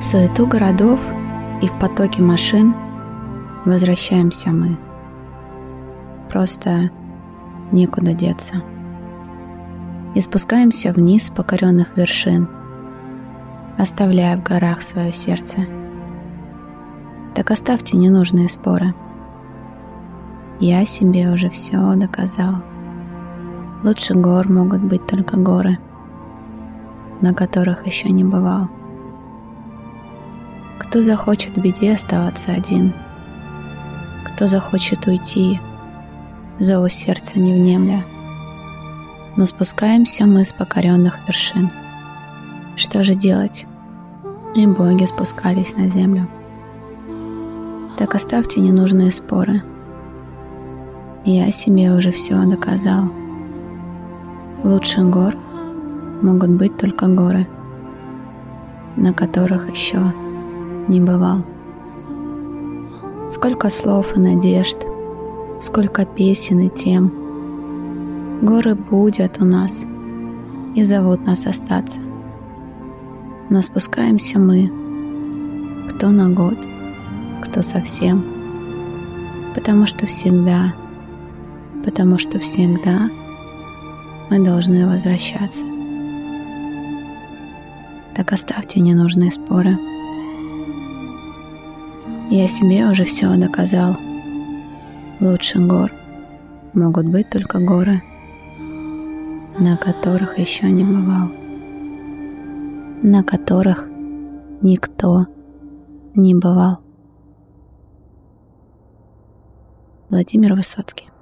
В суету городов и в потоке машин возвращаемся мы. Просто некуда деться. И спускаемся вниз с покоренных вершин, оставляя в горах свое сердце. Так оставьте ненужные споры. Я себе уже все доказал. Лучше гор могут быть только горы, на которых еще не бывал. Кто захочет в беде оставаться один, кто захочет уйти, зову сердца не внемля. Но спускаемся мы с покоренных вершин. Что же делать? И боги спускались на землю. Так оставьте ненужные споры. Я себе уже все доказал. Лучше гор могут быть только горы, на которых еще не бывал. Сколько слов и надежд, сколько песен и тем. Горы будут у нас и зовут нас остаться. Но спускаемся мы, кто на год, кто совсем, потому что всегда мы должны возвращаться. Так оставьте ненужные споры. Я себе уже все доказал. Лучше гор могут быть только горы, на которых еще не бывал, на которых никто не бывал. Владимир Высоцкий.